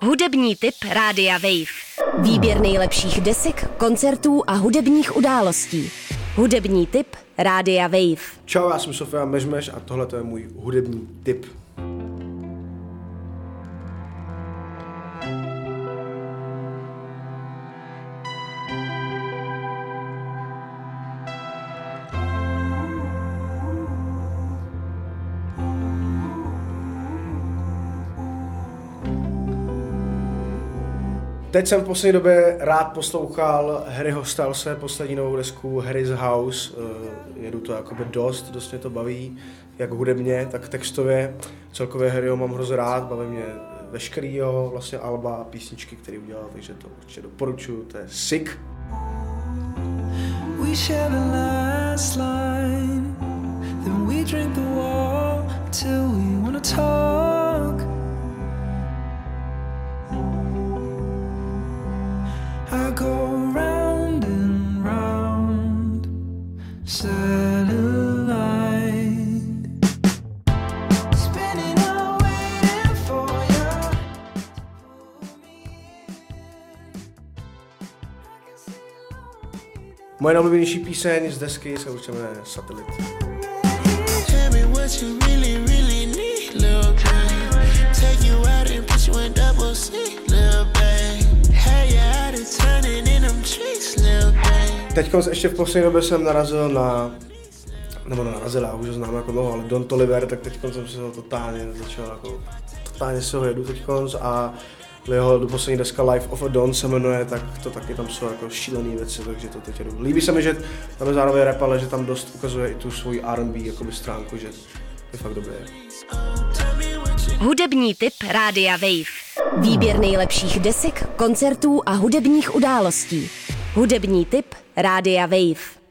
Hudební tip Rádia Wave. Výběr nejlepších desek, koncertů a hudebních událostí. Hudební tip Rádia Wave. Čau, já jsem Sofia Mežmeš a tohle je můj hudební tip. Teď jsem v poslední době rád poslouchal Harryho Stylese, poslední novou desku Harry's House. Jedu to jakoby dost mě to baví, jak hudebně, tak textově. Celkově Harryho mám hrozně rád, baví mě veškerýho vlastně alba a písničky, které udělal, takže to určitě doporučuju, to je sick. We share the last line, then we drink the wall till we wanna talk. I go round and round, satellite, spinning out waiting for you. Moje nejoblíbenější píseň z desky se určitě jmenuje Satelit. Teďko ještě v poslední době jsem narazil já už ho znám jako dlouho, ale Don Toliver, tak teďko jsem si ho totálně si ho jedu teďko a jeho poslední deska Life of a Don se jmenuje, tak to taky tam jsou jako šílený věci, takže to teď jedu. Líbí se mi, že tam je zároveň rap, ale že tam dost ukazuje i tu svoji R&B jakoby stránku, že je fakt dobré. Hudební tip Rádia Wave. Výběr nejlepších desek, koncertů a hudebních událostí. Hudební tip Rádia Wave.